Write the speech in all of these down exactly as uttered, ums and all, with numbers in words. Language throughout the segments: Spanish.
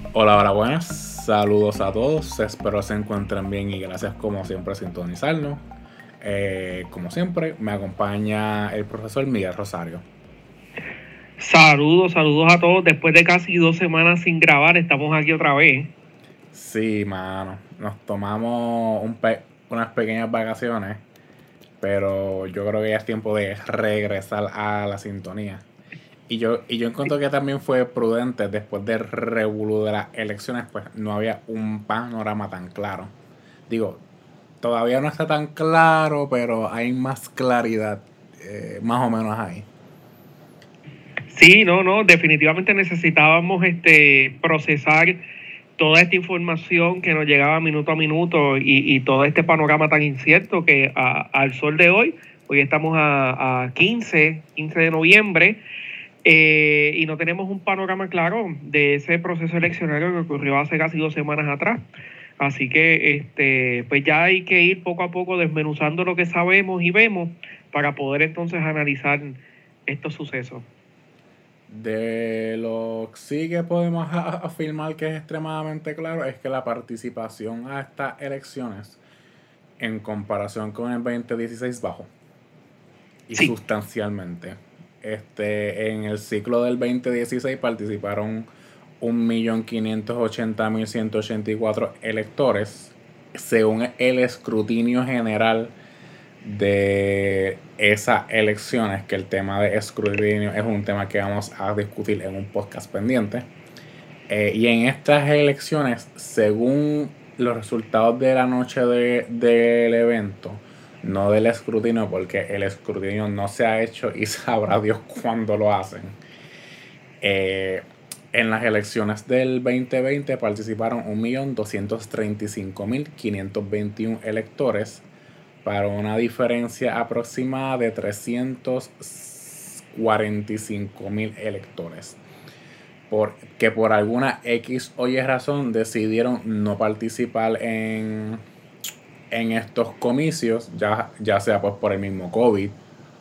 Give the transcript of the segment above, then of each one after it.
Hola, hola, buenas. Saludos a todos. Espero se encuentren bien y gracias como siempre por sintonizarnos. Eh, como siempre, me acompaña el profesor Miguel Rosario. Saludos, saludos a todos. Después de casi dos semanas sin grabar, estamos aquí otra vez. Sí, mano. Nos tomamos un pe- unas pequeñas vacaciones, pero yo creo que ya es tiempo de regresar a la sintonía. Y yo, y yo encuentro que también fue prudente después del revolú de las elecciones, pues no había un panorama tan claro. Digo, todavía no está tan claro, pero hay más claridad, eh, más o menos ahí. Sí, no, no, definitivamente necesitábamos este procesar toda esta información que nos llegaba minuto a minuto y, y todo este panorama tan incierto que a, al sol de hoy, hoy estamos a, a quince, quince de noviembre, eh, y no tenemos un panorama claro de ese proceso eleccionario que ocurrió hace casi dos semanas atrás. Así que este, pues ya hay que ir poco a poco desmenuzando lo que sabemos y vemos para poder entonces analizar estos sucesos. De lo que sí que podemos afirmar que es extremadamente claro es que la participación a estas elecciones en comparación con el dos mil dieciséis bajó y Sí, sustancialmente. Este, en el ciclo del dos mil dieciséis participaron un millón quinientos ochenta mil ciento ochenta y cuatro electores según el escrutinio general de esas elecciones, que el tema de escrutinio es un tema que vamos a discutir en un podcast pendiente. Eh, y en estas elecciones, según los resultados de la noche de, del evento, no del escrutinio, porque el escrutinio no se ha hecho y sabrá Dios cuándo lo hacen. Eh, en las elecciones del dos mil veinte participaron un millón doscientos treinta y cinco mil quinientos veintiuno electores para una diferencia aproximada de trescientos cuarenta y cinco mil electores. Por, que por alguna X o Y razón decidieron no participar en, en estos comicios, ya, ya sea pues por el mismo COVID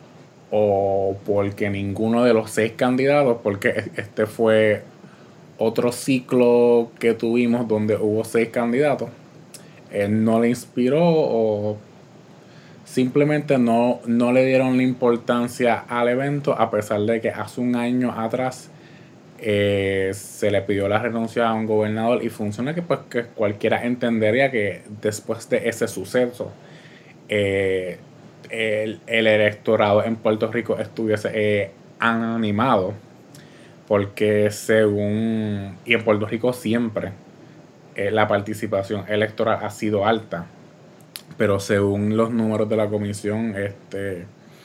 o porque ninguno de los seis candidatos, porque este fue otro ciclo que tuvimos donde hubo seis candidatos, eh, no le inspiró o simplemente no, no le dieron la importancia al evento, a pesar de que hace un año atrás eh, se le pidió la renuncia a un gobernador y funciona que, pues, que cualquiera entendería que después de ese suceso eh, el, el electorado en Puerto Rico estuviese eh, animado, porque según, y en Puerto Rico siempre eh, la participación electoral ha sido alta, pero según los números de la comisión, este,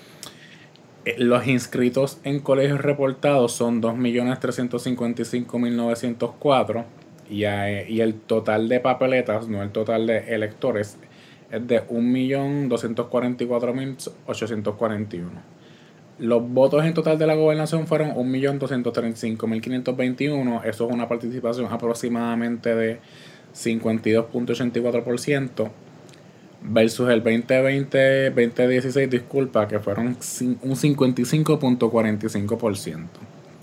eh, los inscritos en colegios reportados son dos millones trescientos cincuenta y cinco mil novecientos cuatro y, eh, y el total de papeletas, no el total de electores, es de un millón doscientos cuarenta y cuatro mil ochocientos cuarenta y uno. Los votos en total de la gobernación fueron un millón doscientos treinta y cinco mil quinientos veintiuno. Eso es una participación aproximadamente de cincuenta y dos punto ochenta y cuatro por ciento versus el dos mil veinte, dos mil dieciséis, disculpa, que fueron un cincuenta y cinco punto cuarenta y cinco por ciento.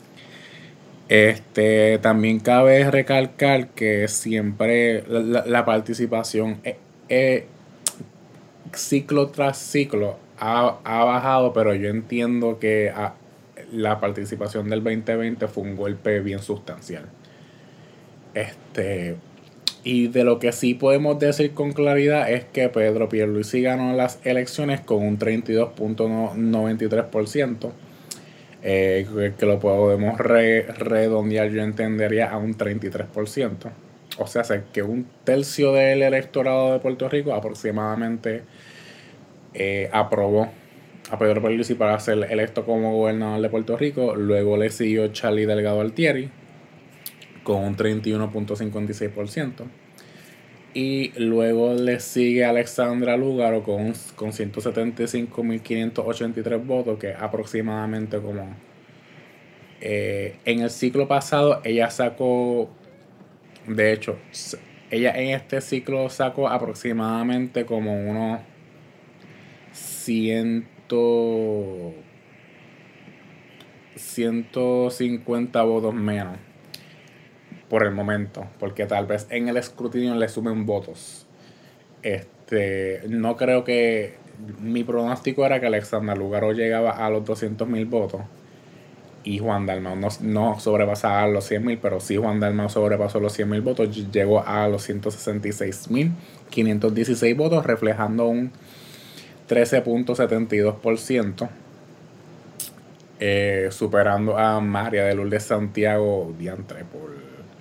Este, también cabe recalcar que siempre la, la participación eh, eh, ciclo tras ciclo ha, ha, bajado, pero yo entiendo que a, la participación del veinte veinte fue un golpe bien sustancial. Este, y de lo que sí podemos decir con claridad es que Pedro Pierluisi ganó las elecciones con un treinta y dos punto noventa y tres por ciento. Eh, que lo podemos re redondear, yo entendería, a un treinta y tres por ciento. O sea, que un tercio del electorado de Puerto Rico aproximadamente eh, aprobó a Pedro Pierluisi para ser electo como gobernador de Puerto Rico. Luego le siguió Charlie Delgado Altieri con un treinta y uno punto cincuenta y seis por ciento. Y luego le sigue Alexandra Lúgaro con, con ciento setenta y cinco mil quinientos ochenta y tres votos, que es aproximadamente como... Eh, en el ciclo pasado ella sacó, de hecho, ella en este ciclo sacó aproximadamente como unos ciento, ciento cincuenta votos menos. por el momento, porque tal vez en el escrutinio le sumen votos. Este, no creo que... Mi pronóstico era que Alexandra Lúgaro llegaba a los doscientos mil votos y Juan Dalmau no, no sobrepasaba los cien mil, pero sí Juan Dalmau sobrepasó los cien mil votos, llegó a los ciento sesenta y seis mil quinientos dieciséis votos, reflejando un trece punto setenta y dos por ciento, eh, superando a María de Lourdes Santiago diantre por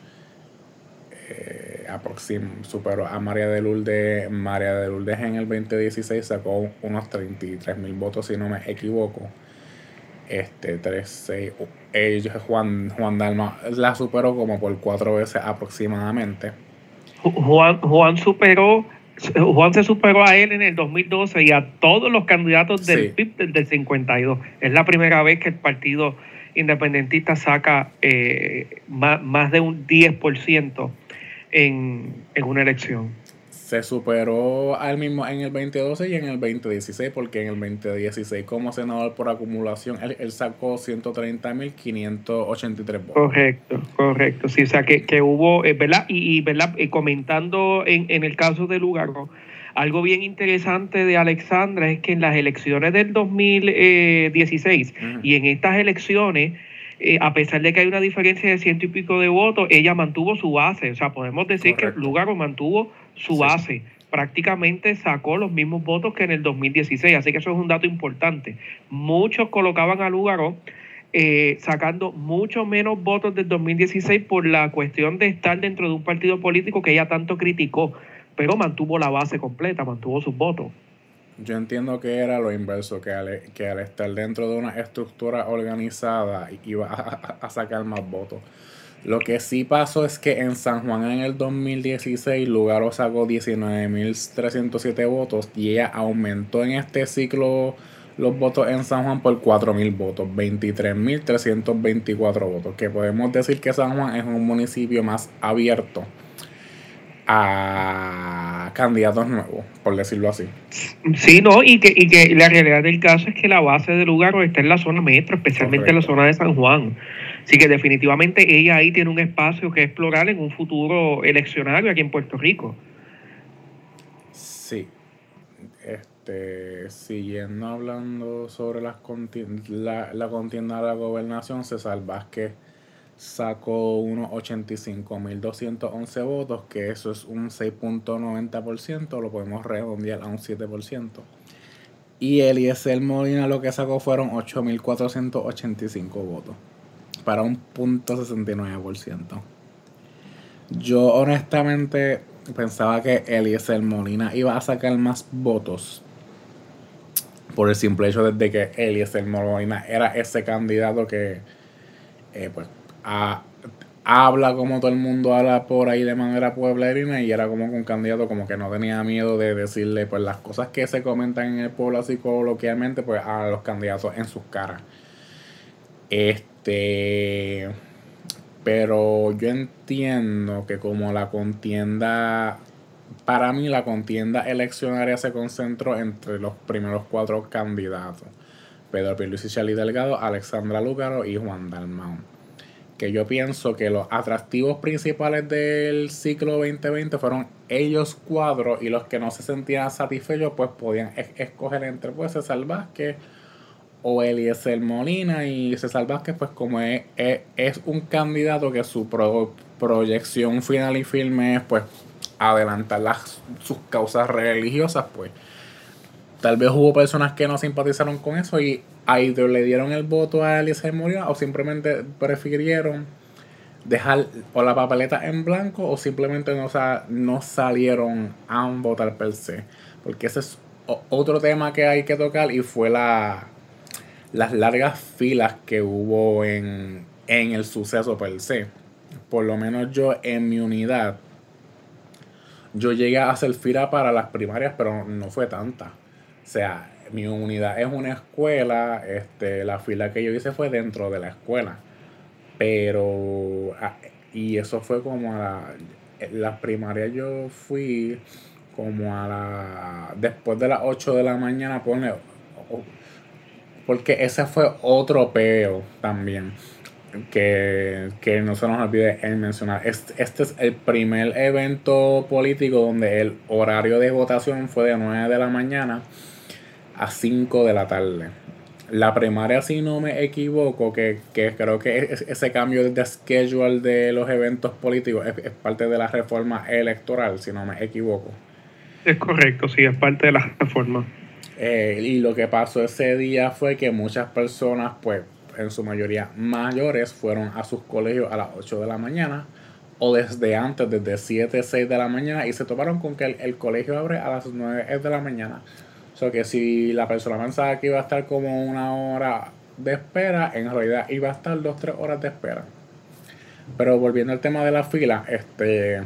eh, aproxim, superó a María de Lourdes. María de Lourdes en el veinte dieciséis sacó unos treinta y tres mil votos, si no me equivoco. Este, tres, seis, ellos, Juan, Juan Dalmau la superó como por cuatro veces aproximadamente. Juan, Juan superó, Juan se superó a él en el dos mil doce y a todos los candidatos del Sí. P I B del cincuenta y dos. Es la primera vez que el partido independentista saca eh, más, más de un diez por ciento en, en una elección. Se superó al mismo en el veinte doce y en el veinte dieciséis, porque en el veinte dieciséis como senador por acumulación él, él sacó ciento treinta mil quinientos ochenta y tres votos. Correcto, correcto. Sí, o sea que, que hubo, eh, ¿verdad? Y, y ¿verdad? Y comentando en, en el caso de Lúgaro, algo bien interesante de Alexandra es que en las elecciones del dos mil dieciséis uh-huh. y en estas elecciones, eh, a pesar de que hay una diferencia de ciento y pico de votos, ella mantuvo su base. O sea, podemos decir Correcto. que Lúgaro mantuvo su sí. base. Prácticamente sacó los mismos votos que en el dos mil dieciséis. Así que eso es un dato importante. Muchos colocaban a Lúgaro eh, sacando mucho menos votos del dos mil dieciséis por la cuestión de estar dentro de un partido político que ella tanto criticó, pero mantuvo la base completa, mantuvo sus votos. Yo entiendo que era lo inverso, que al, que al estar dentro de una estructura organizada iba a, a sacar más votos. Lo que sí pasó es que en San Juan en el dos mil dieciséis Lúgaro sacó diecinueve mil trescientos siete votos y ella aumentó en este ciclo los votos en San Juan por cuatro mil votos, veintitrés mil trescientos veinticuatro votos, que podemos decir que San Juan es un municipio más abierto a candidatos nuevos, por decirlo así. Sí, no, y que, y que la realidad del caso es que la base de Lúgaro está en la zona metro, especialmente Correcto. en la zona de San Juan. Así que definitivamente ella ahí tiene un espacio que explorar en un futuro eleccionario aquí en Puerto Rico. Sí. Este, siguiendo hablando sobre las conti- la, la contienda de la gobernación, César Vázquez sacó unos ochenta y cinco mil doscientos once votos, que eso es un seis punto noventa por ciento, lo podemos redondear a un siete por ciento. Y Eliezer Molina lo que sacó fueron ocho mil cuatrocientos ochenta y cinco votos, para un punto sesenta y nueve por ciento. Yo honestamente pensaba que Eliezer Molina iba a sacar más votos por el simple hecho de que Eliezer Molina era ese candidato que eh, pues a, habla como todo el mundo habla por ahí de manera pueblerina, y era como que un candidato como que no tenía miedo de decirle pues las cosas que se comentan en el pueblo así coloquialmente pues a los candidatos en sus caras. Este, pero yo entiendo que como la contienda, para mí la contienda eleccionaria se concentró entre los primeros cuatro candidatos: Pedro Pierluisi, Charlie Delgado, Alexandra Lúgaro y Juan Dalmau. Que yo pienso que los atractivos principales del ciclo veinte veinte fueron ellos cuatro, y los que no se sentían satisfechos pues podían es- escoger entre pues César Vázquez o Eliezer Molina. Y César Vázquez pues como es, es, es un candidato que su pro, proyección final y firme es pues adelantar las, sus causas religiosas, pues tal vez hubo personas que no simpatizaron con eso y ahí le dieron el voto a Eliezer Molina, o simplemente prefirieron dejar o la papeleta en blanco, o simplemente no, o sea, no salieron a votar per se. Porque ese es otro tema que hay que tocar, y fue la las largas filas que hubo en, en el suceso per se. Por lo menos yo en mi unidad, yo llegué a hacer fila para las primarias, pero no fue tanta. O sea, mi unidad es una escuela, este, la fila que yo hice fue dentro de la escuela. Pero, y eso fue como a la, las primarias yo fui como a la, después de las ocho de la mañana, ponle, porque ese fue otro peo también. que, que no se nos olvide en mencionar. Este, este es el primer evento político donde el horario de votación fue de nueve de la mañana a cinco de la tarde. La primaria, si no me equivoco, que, que creo que es, ese cambio de schedule de los eventos políticos es, es parte de la reforma electoral, si no me equivoco. Es correcto, sí, es parte de la reforma. Eh, y lo que pasó ese día fue que muchas personas, pues, en su mayoría mayores, fueron a sus colegios a las ocho de la mañana o desde antes, desde siete, seis de la mañana, y se toparon con que el, el colegio abre a las nueve de la mañana. O sea que si la persona pensaba que iba a estar como una hora de espera, en realidad iba a estar dos, tres horas de espera. Pero volviendo al tema de la fila, este...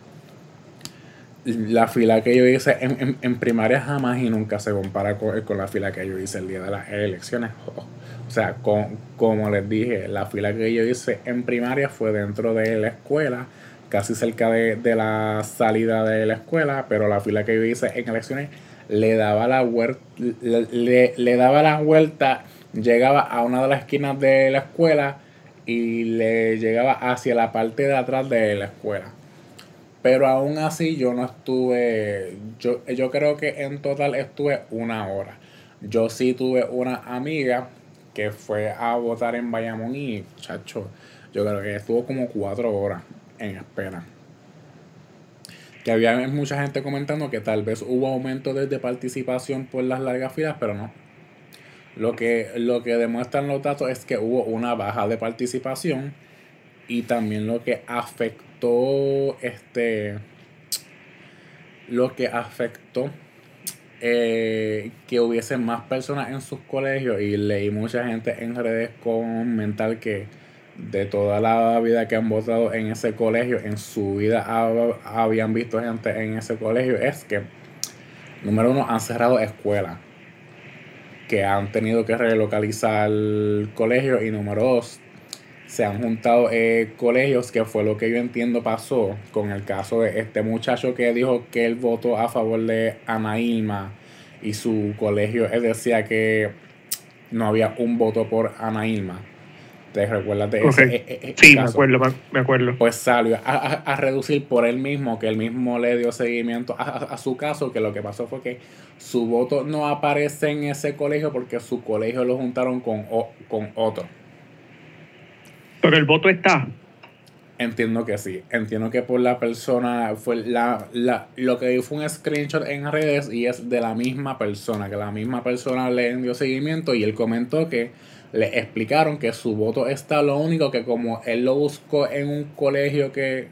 la fila que yo hice en, en, en primaria jamás y nunca se compara con, con la fila que yo hice el día de las elecciones. O sea, con, como les dije, la fila que yo hice en primaria fue dentro de la escuela, casi cerca de, de la salida de la escuela, pero la fila que yo hice en elecciones le daba la vuelta, le, le, le daba la vuelta, llegaba a una de las esquinas de la escuela y le llegaba hacia la parte de atrás de la escuela. Pero aún así yo no estuve, yo, yo creo que en total estuve una hora. Yo sí tuve una amiga que fue a votar en Bayamón y, chacho, yo creo que estuvo como cuatro horas en espera. Que había mucha gente comentando que tal vez hubo aumento de, de participación por las largas filas, pero no. Lo que, lo que demuestran los datos es que hubo una baja de participación y también lo que afectó este lo que afectó eh, que hubiese más personas en sus colegios, y leí mucha gente en redes comentar que de toda la vida que han votado en ese colegio, en su vida hab, habían visto gente en ese colegio, es que número uno, han cerrado escuelas, que han tenido que relocalizar el colegio, y número dos, se han juntado eh, colegios, que fue lo que yo entiendo pasó con el caso de este muchacho que dijo que él votó a favor de Ana Irma y su colegio él decía que no había un voto por Ana Irma. ¿Te recuerdas de ese Okay. eh, eh, sí, caso? me acuerdo, me acuerdo. Pues salió a, a, a reducir por él mismo, que él mismo le dio seguimiento a, a, a su caso, que lo que pasó fue que su voto no aparece en ese colegio porque su colegio lo juntaron con, o, con otro. Pero el voto está. Entiendo que sí. Entiendo que por la persona fue la, la lo que fue un screenshot en redes y es de la misma persona, que la misma persona le dio seguimiento y él comentó que le explicaron que su voto está, lo único que como él lo buscó en un colegio que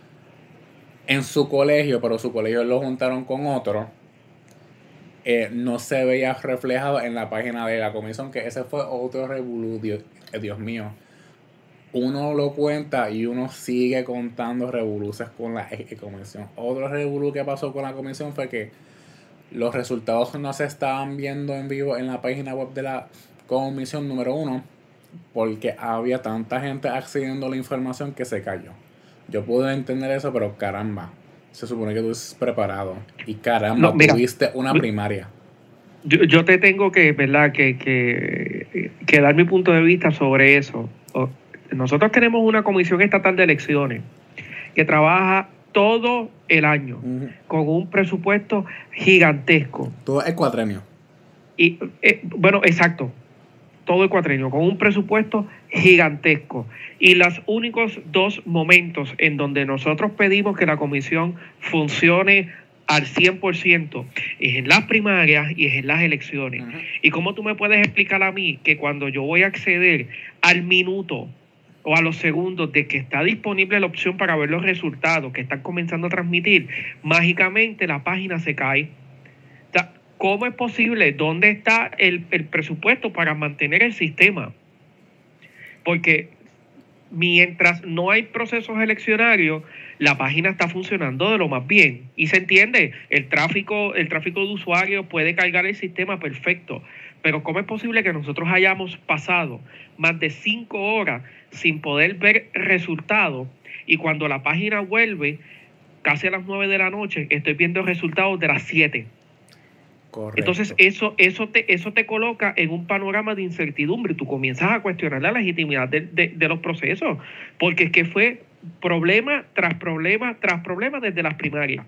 en su colegio, pero su colegio lo juntaron con otro, eh, no se veía reflejado en la página de la comisión, que ese fue otro revolú, Dios, Dios mío. Uno lo cuenta y uno sigue contando revoluces con la comisión. Otro revolú que pasó con la comisión fue que los resultados no se estaban viendo en vivo en la página web de la comisión, número uno, porque había tanta gente accediendo a la información que se cayó. Yo pude entender eso, pero caramba, se supone que tú estás preparado. Y caramba, no, mira, tuviste una primaria. Yo, yo te tengo que, ¿verdad? Que, que, que dar mi punto de vista sobre eso. Nosotros tenemos una comisión estatal de elecciones que trabaja todo el año uh-huh. con un presupuesto gigantesco. Todo el cuatrenio. Y, eh, bueno, exacto. Todo el cuatrenio, con un presupuesto gigantesco. Y los únicos dos momentos en donde nosotros pedimos que la comisión funcione al cien por ciento es en las primarias y es en las elecciones. Uh-huh. ¿Y cómo tú me puedes explicar a mí que cuando yo voy a acceder al minuto o a los segundos de que está disponible la opción para ver los resultados que están comenzando a transmitir, mágicamente la página se cae? O sea, ¿cómo es posible? ¿Dónde está el, el presupuesto para mantener el sistema? Porque mientras no hay procesos eleccionarios, la página está funcionando de lo más bien. Y se entiende, el tráfico, el tráfico de usuarios puede cargar el sistema perfecto. Pero ¿cómo es posible que nosotros hayamos pasado más de cinco horas sin poder ver resultados? Y cuando la página vuelve, casi a las nueve de la noche, estoy viendo resultados de las siete. Correcto. Entonces eso, eso, te, eso te coloca en un panorama de incertidumbre. Tú comienzas a cuestionar la legitimidad de, de, de los procesos, porque es que fue problema tras problema tras problema desde las primarias.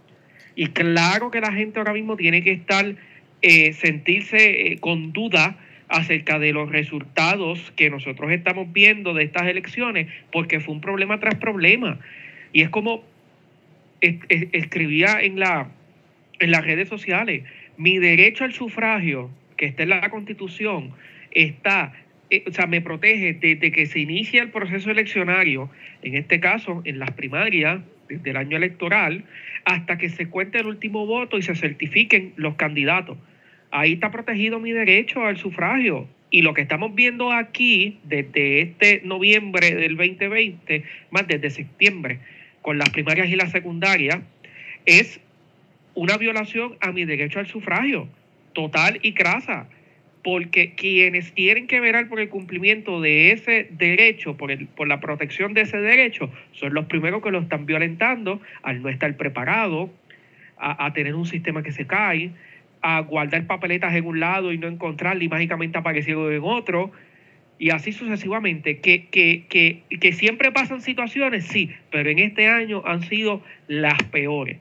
Y claro que la gente ahora mismo tiene que estar, eh, sentirse eh, con duda acerca de los resultados que nosotros estamos viendo de estas elecciones, porque fue un problema tras problema. Y es como es, es, escribía en, la, en las redes sociales, mi derecho al sufragio, que está en la Constitución, está, eh, o sea, me protege desde que se inicia el proceso eleccionario, en este caso, en las primarias, desde el año electoral, hasta que se cuente el último voto y se certifiquen los candidatos. Ahí está protegido mi derecho al sufragio. Y lo que estamos viendo aquí, desde este noviembre del veinte veinte, más desde septiembre, con las primarias y las secundarias, es una violación a mi derecho al sufragio, total y crasa, porque quienes tienen que velar por el cumplimiento de ese derecho, por, el, por la protección de ese derecho, son los primeros que lo están violentando al no estar preparado, a, a tener un sistema que se cae, a guardar papeletas en un lado y no encontrarla y mágicamente aparecieron en otro, y así sucesivamente, que, que, que, que siempre pasan situaciones, sí, pero en este año han sido las peores.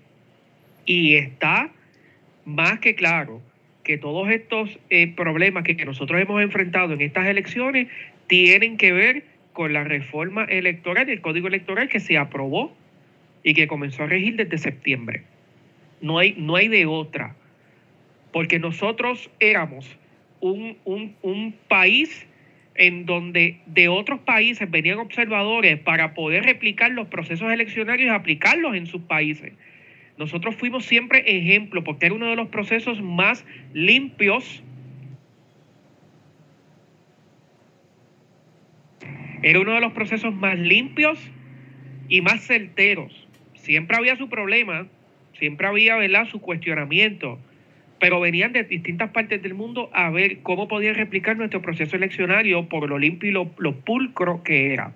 Y está más que claro que todos estos eh, problemas que, que nosotros hemos enfrentado en estas elecciones tienen que ver con la reforma electoral y el código electoral que se aprobó y que comenzó a regir desde septiembre. No hay, no hay de otra, porque nosotros éramos un, un, un país en donde de otros países venían observadores para poder replicar los procesos eleccionarios y aplicarlos en sus países. Nosotros fuimos siempre ejemplo porque era uno de los procesos más limpios. Era uno de los procesos más limpios y más certeros. Siempre había su problema, siempre había, ¿verdad?, su cuestionamiento, pero venían de distintas partes del mundo a ver cómo podían replicar nuestro proceso eleccionario por lo limpio y lo, lo pulcro que era.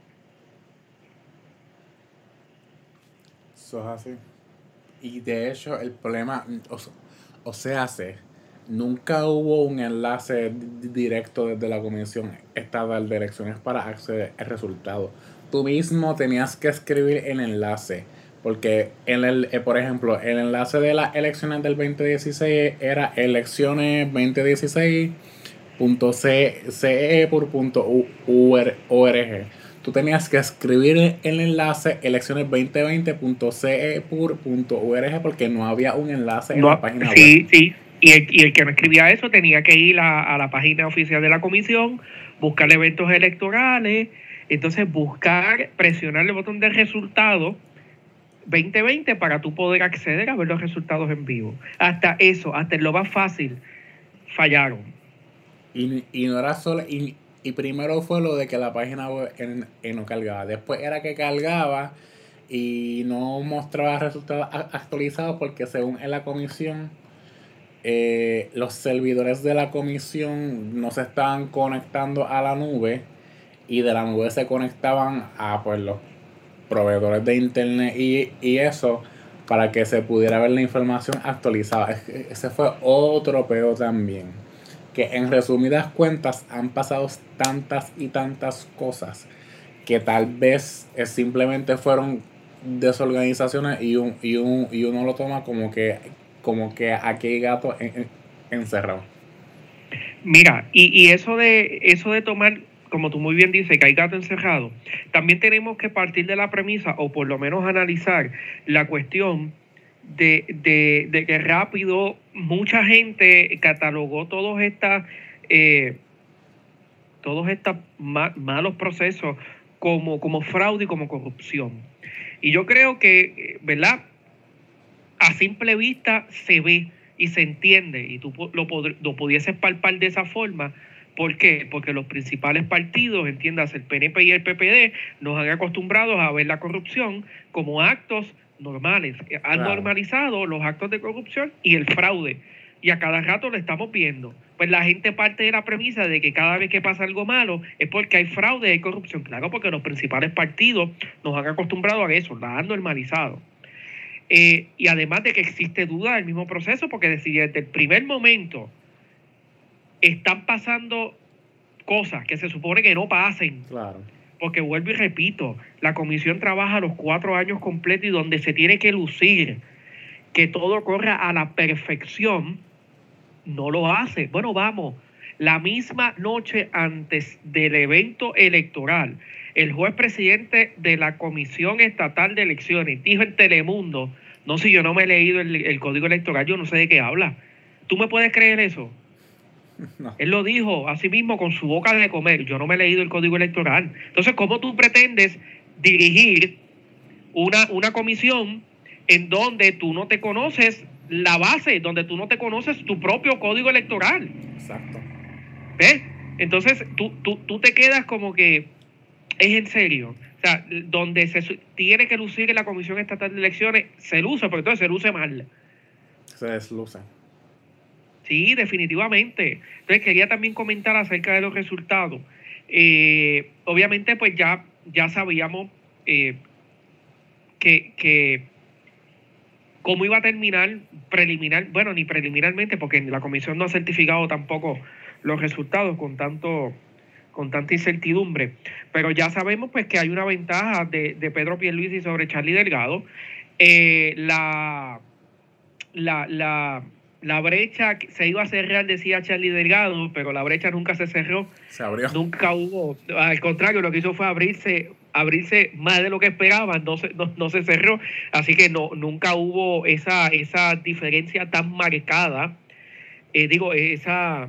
Eso es así. Y de hecho el problema, o, o sea, se, nunca hubo un enlace directo desde la Comisión Estatal de Elecciones para acceder al resultado. Tú mismo tenías que escribir el enlace, porque en el, eh, por ejemplo, el enlace de las elecciones del veinte dieciséis era elecciones veinte dieciséis punto ce e por punto org. Tú tenías que escribir el enlace elecciones veinte veinte punto ce e punto org porque no había un enlace en no, la página sí, web. Sí, sí. Y el, y el que no escribía eso tenía que ir a, a la página oficial de la comisión, buscar eventos electorales, entonces buscar, presionar el botón de resultado veinte veinte para tú poder acceder a ver los resultados en vivo. Hasta eso, hasta en lo más fácil, fallaron. Y, y no era solo... Y, y primero fue lo de que la página web en, en no cargaba. Después era que cargaba y no mostraba resultados actualizados porque según en la comisión, eh, los servidores de la comisión no se estaban conectando a la nube y de la nube se conectaban a pues los proveedores de internet y, y eso para que se pudiera ver la información actualizada. Ese fue otro peo también. Que en resumidas cuentas han pasado tantas y tantas cosas que tal vez simplemente fueron desorganizaciones y, un, y, un, y uno lo toma como que como que aquí hay gato en, en, encerrado. Mira, y, y eso de eso de tomar, como tú muy bien dices, que hay gato encerrado, también tenemos que partir de la premisa, o por lo menos analizar la cuestión de, de, de que rápido mucha gente catalogó todos estas eh, todos estos ma malos procesos como, como fraude y como corrupción. Y yo creo que, ¿verdad?, a simple vista se ve y se entiende, y tú lo, lo pudieses palpar de esa forma. ¿Por qué? Porque los principales partidos, entiendas, el P N P y el P P D, nos han acostumbrado a ver la corrupción como actos normales. Han claro. normalizado los actos de corrupción y el fraude. Y a cada rato lo estamos viendo. Pues la gente parte de la premisa de que cada vez que pasa algo malo es porque hay fraude y hay corrupción. Claro, porque los principales partidos nos han acostumbrado a eso, la han normalizado. Eh, y además de que existe duda del mismo proceso, porque desde el primer momento están pasando cosas que se supone que no pasen. Claro. Porque vuelvo y repito, la comisión trabaja los cuatro años completos y donde se tiene que lucir que todo corra a la perfección, no lo hace. Bueno, vamos, la misma noche antes del evento electoral, el juez presidente de la Comisión Estatal de Elecciones dijo en Telemundo, no, si yo no me he leído el, el código electoral, yo no sé de qué habla. ¿Tú me puedes creer eso? No. Él lo dijo así mismo con su boca de comer, yo no me he leído el código electoral. Entonces, ¿cómo tú pretendes dirigir una, una comisión en donde tú no te conoces la base, donde tú no te conoces tu propio código electoral? Exacto. ¿Ves? Entonces, tú, tú, tú te quedas como que es en serio. O sea, donde se tiene que lucir en la Comisión Estatal de Elecciones, se luce, pero entonces se luce mal. Se desluce. Sí, definitivamente. Entonces quería también comentar acerca de los resultados. Eh, obviamente, pues ya, ya sabíamos eh, que, que cómo iba a terminar preliminar, bueno, ni preliminarmente, porque la comisión no ha certificado tampoco los resultados con tanto, con tanta incertidumbre. Pero ya sabemos pues que hay una ventaja de, de Pedro Pierluisi sobre Charlie Delgado. Eh, la, la, la La brecha se iba a cerrar, decía Charlie Delgado, pero la brecha nunca se cerró. Se abrió. Nunca hubo, al contrario, lo que hizo fue abrirse, abrirse más de lo que esperaban, no se, no, no se cerró. Así que no, nunca hubo esa, esa diferencia tan marcada. Eh, digo, esa,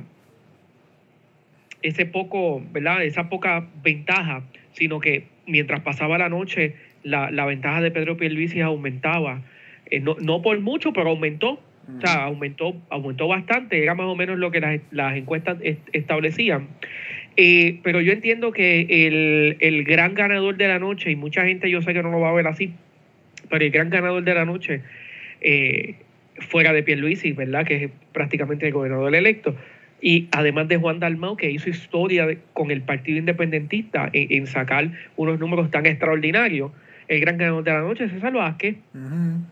ese poco, ¿verdad? Esa poca ventaja, sino que mientras pasaba la noche, la, la ventaja de Pedro Pierluisi aumentaba. Eh, no, no por mucho, pero aumentó. O sea, aumentó, aumentó bastante, era más o menos lo que las, las encuestas est establecían. Eh, pero yo entiendo que el, el gran ganador de la noche, y mucha gente yo sé que no lo va a ver así, pero el gran ganador de la noche, eh, fuera de Pierluisi, ¿verdad? Que es prácticamente el gobernador electo, y además de Juan Dalmau, que hizo historia de, con el Partido Independentista en, en sacar unos números tan extraordinarios, el gran ganador de la noche es César Vázquez. Uh-huh.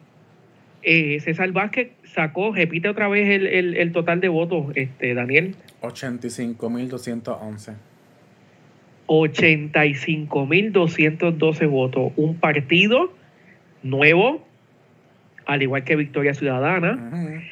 Eh, César Vázquez sacó, repite otra vez el, el, el total de votos, este Daniel. ochenta y cinco mil doscientos once. ochenta y cinco mil doscientos doce votos. Un partido nuevo, al igual que Victoria Ciudadana, uh-huh.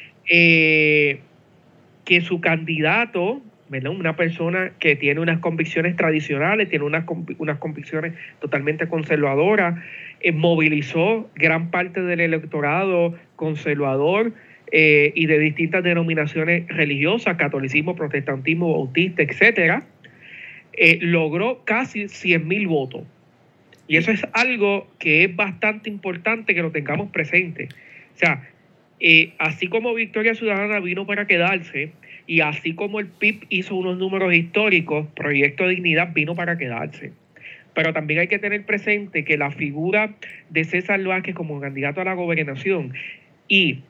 eh, que su candidato, ¿verdad? Una persona que tiene unas convicciones tradicionales, tiene unas, unas convicciones totalmente conservadoras, eh, movilizó gran parte del electorado conservador eh, y de distintas denominaciones religiosas, catolicismo, protestantismo, bautista, etcétera, eh, logró casi cien mil votos. Y eso es algo que es bastante importante que lo tengamos presente. O sea, eh, así como Victoria Ciudadana vino para quedarse, y así como el P I B hizo unos números históricos, Proyecto Dignidad vino para quedarse. Pero también hay que tener presente que la figura de César Vázquez como candidato a la gobernación y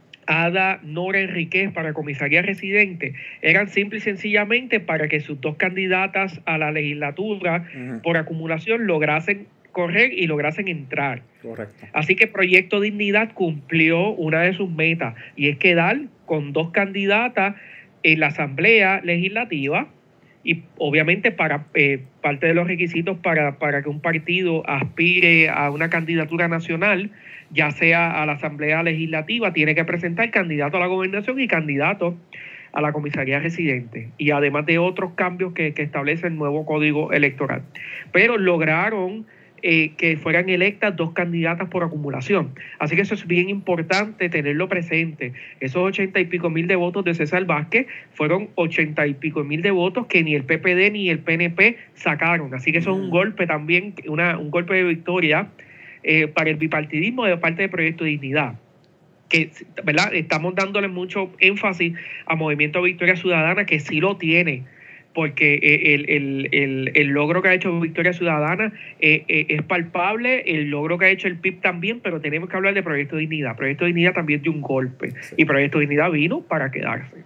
Ada Nora Enríquez para comisaría residente eran simple y sencillamente para que sus dos candidatas a la legislatura uh-huh. por acumulación lograsen correr y lograsen entrar. Correcto. Así que Proyecto Dignidad cumplió una de sus metas, y es quedar con dos candidatas en la Asamblea Legislativa, y obviamente para eh, parte de los requisitos para, para que un partido aspire a una candidatura nacional, ya sea a la Asamblea Legislativa, tiene que presentar candidato a la gobernación y candidato a la comisaría residente, y además de otros cambios que, que establece el nuevo Código Electoral. Pero lograron eh, que fueran electas dos candidatas por acumulación. Así que eso es bien importante tenerlo presente. Esos ochenta y pico mil de votos de César Vázquez fueron ochenta y pico mil de votos que ni el P P D ni el P N P sacaron. Así que eso es un golpe también, una, un golpe de victoria eh, para el bipartidismo de parte del Proyecto Dignidad. Que, ¿verdad? Estamos dándole mucho énfasis a Movimiento Victoria Ciudadana, que sí lo tiene, porque el, el, el, el logro que ha hecho Victoria Ciudadana eh, eh, es palpable, el logro que ha hecho el P I B también, pero tenemos que hablar de Proyecto Dignidad. Proyecto Dignidad también dio un golpe, sí. Y Proyecto Dignidad vino para quedarse.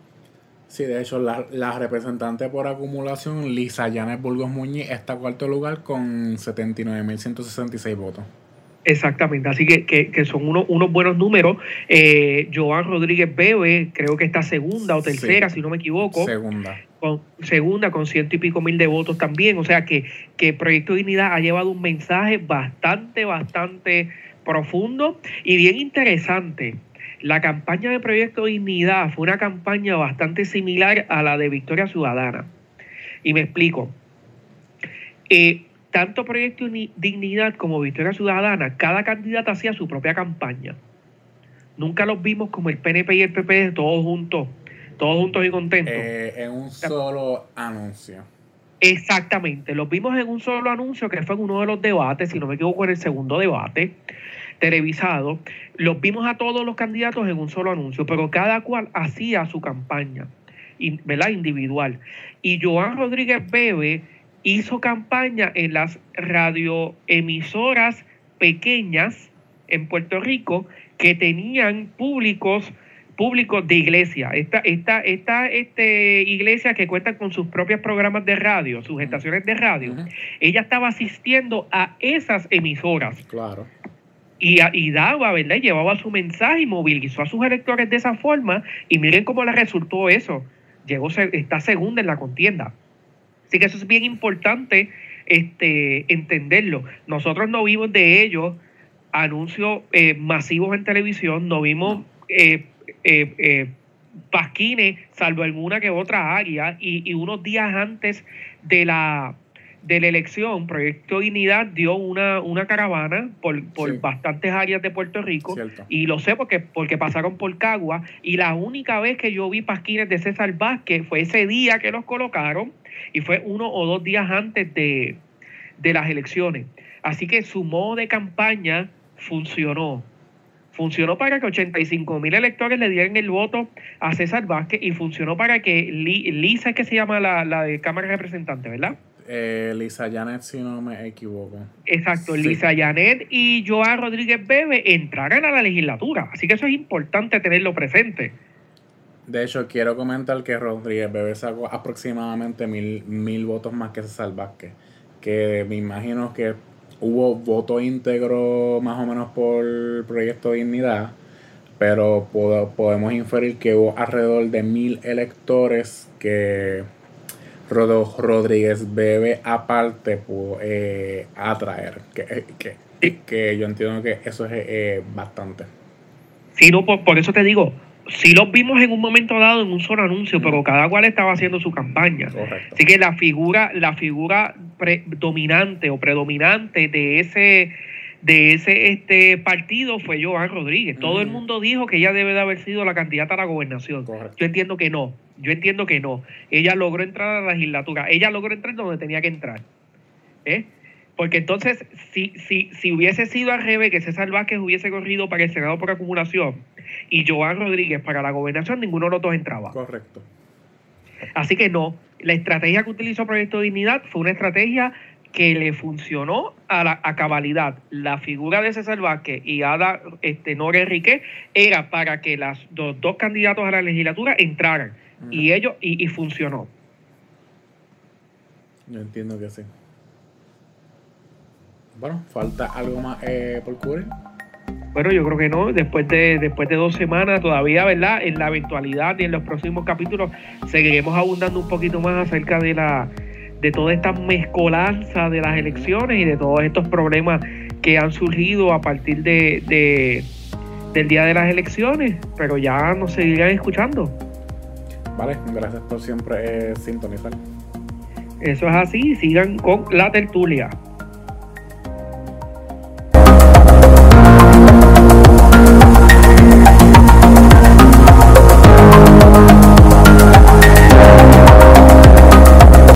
Sí, de hecho, la, la representante por acumulación, Lisa Yanes Burgos Muñiz, está en cuarto lugar con setenta y nueve mil ciento sesenta y seis votos. Exactamente, así que, que, que son unos, unos buenos números. eh, Joan Rodríguez Bebe, creo que está segunda o tercera, sí, si no me equivoco. Segunda. Con, segunda, con ciento y pico mil de votos también. O sea que, que Proyecto Dignidad ha llevado un mensaje bastante, bastante profundo y bien interesante. La campaña de Proyecto Dignidad fue una campaña bastante similar a la de Victoria Ciudadana. Y me explico. Eh, tanto Proyecto Dignidad como Victoria Ciudadana, cada candidata hacía su propia campaña. Nunca los vimos como el P N P y el P P todos juntos, todos juntos y contentos. Eh, en un solo anuncio. Exactamente, los vimos en un solo anuncio que fue en uno de los debates, si no me equivoco, en el segundo debate televisado. Los vimos a todos los candidatos en un solo anuncio, pero cada cual hacía su campaña, ¿verdad? Individual. Y Joan Rodríguez Bebe hizo campaña en las radioemisoras pequeñas en Puerto Rico que tenían públicos públicos de iglesia. Esta, esta, esta este, iglesia que cuentan con sus propios programas de radio, sus estaciones de radio, uh-huh. Ella estaba asistiendo a esas emisoras. Claro. Y, y daba, ¿verdad? Llevaba su mensaje y movilizó a sus electores de esa forma. Y miren cómo le resultó eso. Llegó, está segunda en la contienda. Así que eso es bien importante este, entenderlo. Nosotros no vimos de ellos anuncios eh, masivos en televisión, no vimos eh, eh, eh, pasquines, salvo alguna que otra área, y, y unos días antes de la, de la elección, Proyecto Dignidad dio una, una caravana por, por sí. bastantes áreas de Puerto Rico. Cierto. Y lo sé porque, porque pasaron por Cagua, y la única vez que yo vi pasquines de César Vázquez fue ese día que los colocaron, y fue uno o dos días antes de, de las elecciones. Así que su modo de campaña funcionó. Funcionó para que ochenta y cinco mil electores le dieran el voto a César Vázquez, y funcionó para que Li, Lisa, es que se llama la, la de Cámara de Representantes, ¿verdad? Eh, Lisa Janet, si no me equivoco. Exacto, sí. Lisa Janet y Joan Rodríguez Bebe entraran a la legislatura. Así que eso es importante tenerlo presente. De hecho, quiero comentar que Rodríguez Bebe sacó aproximadamente mil, mil votos más que César Vázquez. Que me imagino que hubo voto íntegro más o menos por Proyecto Dignidad, pero pod- podemos inferir que hubo alrededor de mil electores que Rod- Rodríguez Bebe aparte pudo eh, atraer. Que, que, sí. que yo entiendo que eso es eh, bastante. Sí, no, por, por eso te digo. Sí los vimos en un momento dado en un solo anuncio, mm. pero cada cual estaba haciendo su campaña. Correcto. Así que la figura, la figura predominante o predominante de ese, de ese este partido fue Joan Rodríguez. Mm. Todo el mundo dijo que ella debe de haber sido la candidata a la gobernación. Correcto. Yo entiendo que no. Yo entiendo que no. Ella logró entrar a la legislatura. Ella logró entrar donde tenía que entrar. ¿Eh? Porque entonces, si, si, si hubiese sido al revés, que César Vázquez hubiese corrido para el Senado por acumulación y Joan Rodríguez para la gobernación, ninguno de los dos entraba. Correcto. Así que no, la estrategia que utilizó Proyecto Dignidad fue una estrategia que le funcionó a la a cabalidad. La figura de César Vázquez y Ada este, Nora Enrique era para que las, los dos candidatos a la legislatura entraran. Uh-huh. Y ellos, y, y funcionó. Yo entiendo que sí. Bueno, ¿falta algo más eh, por cubrir? Bueno, yo creo que no. Después de después de dos semanas todavía, ¿verdad? En la eventualidad y en los próximos capítulos seguiremos abundando un poquito más acerca de la de toda esta mezcolanza de las elecciones y de todos estos problemas que han surgido a partir de, de del día de las elecciones. Pero ya nos seguirán escuchando. Vale, gracias por siempre eh, sintonizar. Eso es así. Sigan con la tertulia.